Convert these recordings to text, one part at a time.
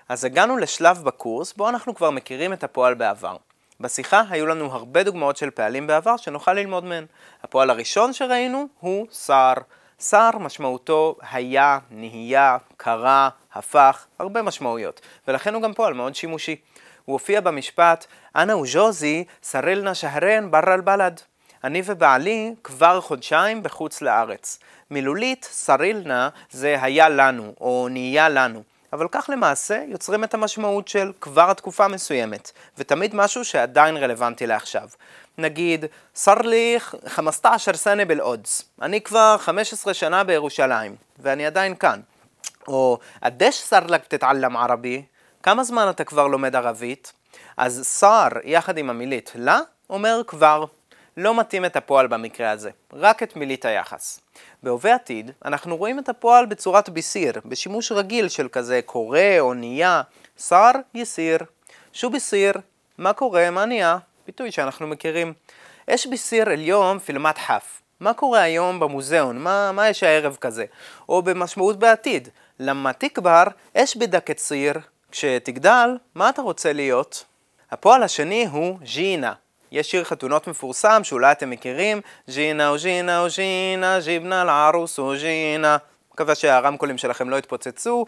אז הגענו לשלב בקורס בו אנחנו כבר מכירים את הפועל בעבר. בשיחה היו לנו הרבה דוגמאות של פעלים בעבר שנוכל ללמוד מהן. הפועל הראשון שראינו הוא שר. שר משמעותו היה, נהיה, קרה, הפך, הרבה משמעויות. ולכן הוא גם פועל מאוד שימושי. הוא הופיע במשפט, אנה וג'וזי סרילנה שהרן ברא אל-בלד. אני ובעלי כבר חודשיים בחוץ לארץ. מילולית, סרילנה זה היה לנו או נהיה לנו. אבל כך למעשה יוצרים את המשמעות של כבר תקופה מסוימת, ותמיד משהו שעדיין רלוונטי לעכשיו. נגיד, סר לי 15 שנה בלעודס, אני כבר 15 שנה בירושלים, ואני עדיין כאן. או, עדש סר לק תתעלם ערבי, כמה זמן אתה כבר לומד ערבית? אז סר, יחד עם המילית לה, אומר כבר. לא מתאים את הפועל במקרה הזה, רק את מילית היחס. בהווה עתיד, אנחנו רואים את הפועל בצורת ביסיר, בשימוש רגיל של כזה קורא או נהיה, שר יסיר. שו ביסיר? מה קורה? מה נהיה? ביטוי שאנחנו מכירים. אש ביסיר אל-יום פילמת חף. מה קורה היום במוזיאון? מה יש הערב כזה? או במשמעות בעתיד. למה תקבר, אש בדק ציר. כשתגדל, מה אתה רוצה להיות? הפועל השני הוא ג'ינה. יש שיר חתונות מפורסם שאולי אתם מכירים, ג'ינה וג'ינה וג'ינה, ג'יבנה לערוס וג'ינה. מקווה שהרמקולים שלכם לא התפוצצו,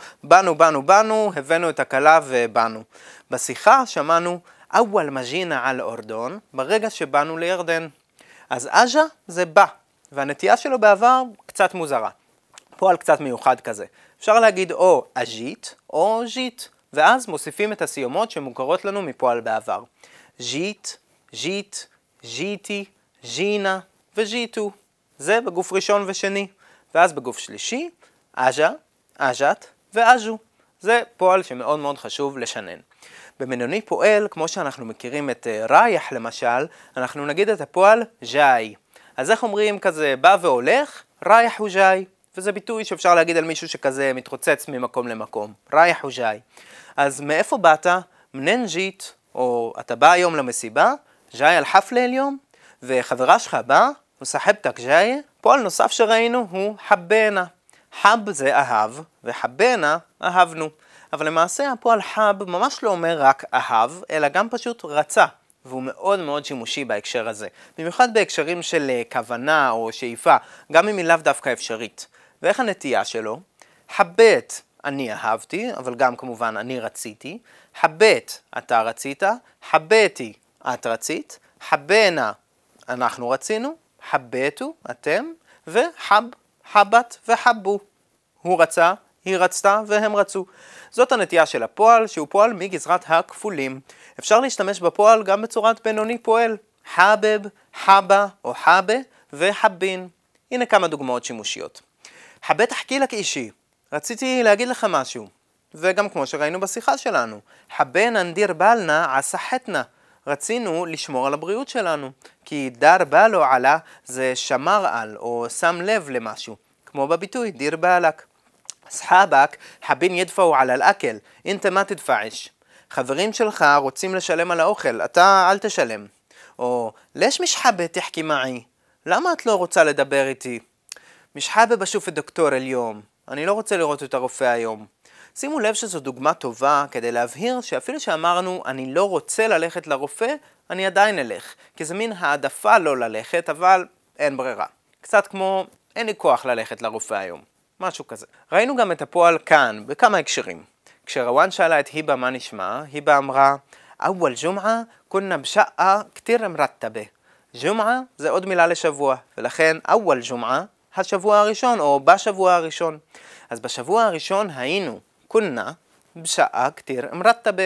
באנו, הבאנו את הכלה ובאנו. בשיחה שמענו, אוול מג'ינה על אורדון, ברגע שבאנו לירדן. אז אג'ה זה בא, והנטייה שלו בעבר קצת מוזרה. פועל קצת מיוחד כזה. אפשר להגיד או אג'ית או ז'ית, ואז מוסיפים את הסיומות שמוכרות לנו מפועל בעבר. ז'ית, ז'ית, ז'יתי, ז'ינה וז'יתו. זה בגוף ראשון ושני. ואז בגוף שלישי, אג'ה, אג'ת ואג'ו. זה פועל שמאוד מאוד חשוב לשנן. במילוני פועל, כמו שאנחנו מכירים את רייח למשל, אנחנו נגיד את הפועל ז'אי. אז איך אומרים כזה בא והולך? רייח הוא ז'אי. וזה ביטוי שאפשר להגיד על מישהו שכזה מתרוצץ ממקום למקום. רייח הוא ז'אי. אז מאיפה באת? מנן ג'ית, או אתה בא היום למסיבה? ג'אי על חפלה אל-יום, וחברה שלך בא, וסחבתק ג'אי. פועל נוסף שראינו הוא חבנה. חב זה אהב, וחבנה אהבנו. אבל למעשה הפועל חב ממש לא אומר רק אהב, אלא גם פשוט רצה. והוא מאוד מאוד שימושי בהקשר הזה. במיוחד בהקשרים של כוונה או שאיפה, גם אם היא לאו דווקא אפשרית. ואיך הנטייה שלו? חבת, אני אהבתי, אבל גם כמובן אני רציתי. חבת, אתה רצית. חבתי, את רצית. חבנה, אנחנו רצינו. חבטו, אתם. וחב, חבת וחבו. הוא רצה, היא רצתה והם רצו. זאת הנטייה של הפועל, שהוא פועל מגזרת הכפולים. אפשר להשתמש בפועל גם בצורת בינוני פועל. חבב, חבה או חבה וחבין. הנה כמה דוגמאות שימושיות. חבט אחכי לק אישי. רציתי להגיד לך משהו. וגם כמו שראינו בשיחה שלנו. חבנה נדיר בלנה עסחתנה. רצינו לשמור על הבריאות שלנו. כי דר בלו עלה זה שמר על או שם לב למשהו. כמו בביטוי דיר בלק. אסחאבק חבין ידפאו על אל-אקל, אינתה מה תדפעש. חברים שלך רוצים לשלם על האוכל, אתה אל תשלם. או, לש משחבה תחכי מעי? למה את לא רוצה לדבר איתי? משחבה בשוף את דוקטור אל-יום. אני לא רוצה לראות את הרופא היום. שימו לב שזו דוגמה טובה כדי להבהיר שאפילו שאמרנו אני לא רוצה ללכת לרופא, אני עדיין אלך. כי זה מין העדפה לא ללכת, אבל אין ברירה. קצת כמו אין לי כוח ללכת לרופא היום. משהו כזה. ראינו גם את הפועל כאן, בכמה הקשרים. כשרואן שאלה את היבה מה נשמע, היבה אמרה, אוול ג'ומעה כונה בשעה כתיר מרתבה. ג'ומעה זה עוד מילה לשבוע, ולכן אוול ג'ומעה, השבוע הראשון או בשבוע הראשון. אז בשבוע הראשון היינו כונה בשעה כתיר מרתבה.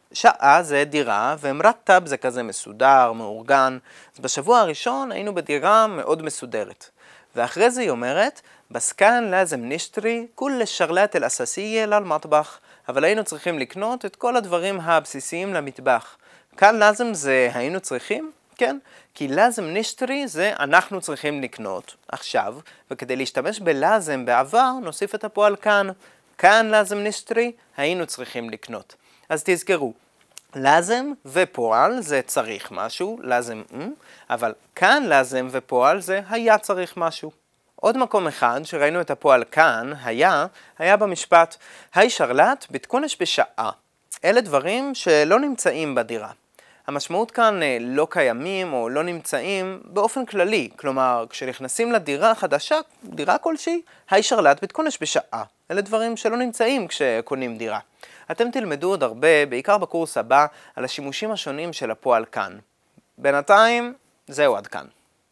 שעה זה דירה, ומרתב זה כזה מסודר, מאורגן. אז בשבוע הראשון היינו בדירה מאוד מסודרת. ואחרי זה היא אומרת, בס כאן לازم נשתרי כול השרלת אל-אססיה ללמטבח. אבל היינו צריכים לקנות את כל הדברים הבסיסיים למטבח. כאן לازم זה היינו צריכים? כן. כי לازم נשתרי זה אנחנו צריכים לקנות עכשיו. וכדי להשתמש בלازم בעבר נוסיף את הפועל כאן. כאן לازم נשתרי היינו צריכים לקנות. אז תזכרו. לازم ופועל זה צריך משהו, לازم, אבל כאן לازم ופועל זה היה צריך משהו. עוד מקום אחד שראינו את הפועל כאן היה במשפט היי שרלט בתקונש בשעה. אלה דברים שלא נמצאים בדירה. המשמעות כאן לא קיימים או לא נמצאים באופן כללי, כלומר כשנכנסים לדירה חדשה, דירה כלשהי, היי שרלט בתקונש בשעה. אלה דברים שלא נמצאים כשקונים דירה. אתם תלמדו עוד הרבה, בעיקר בקורס הבא, על השימושים השונים של הפועל כאן. בינתיים, זהו עד כאן.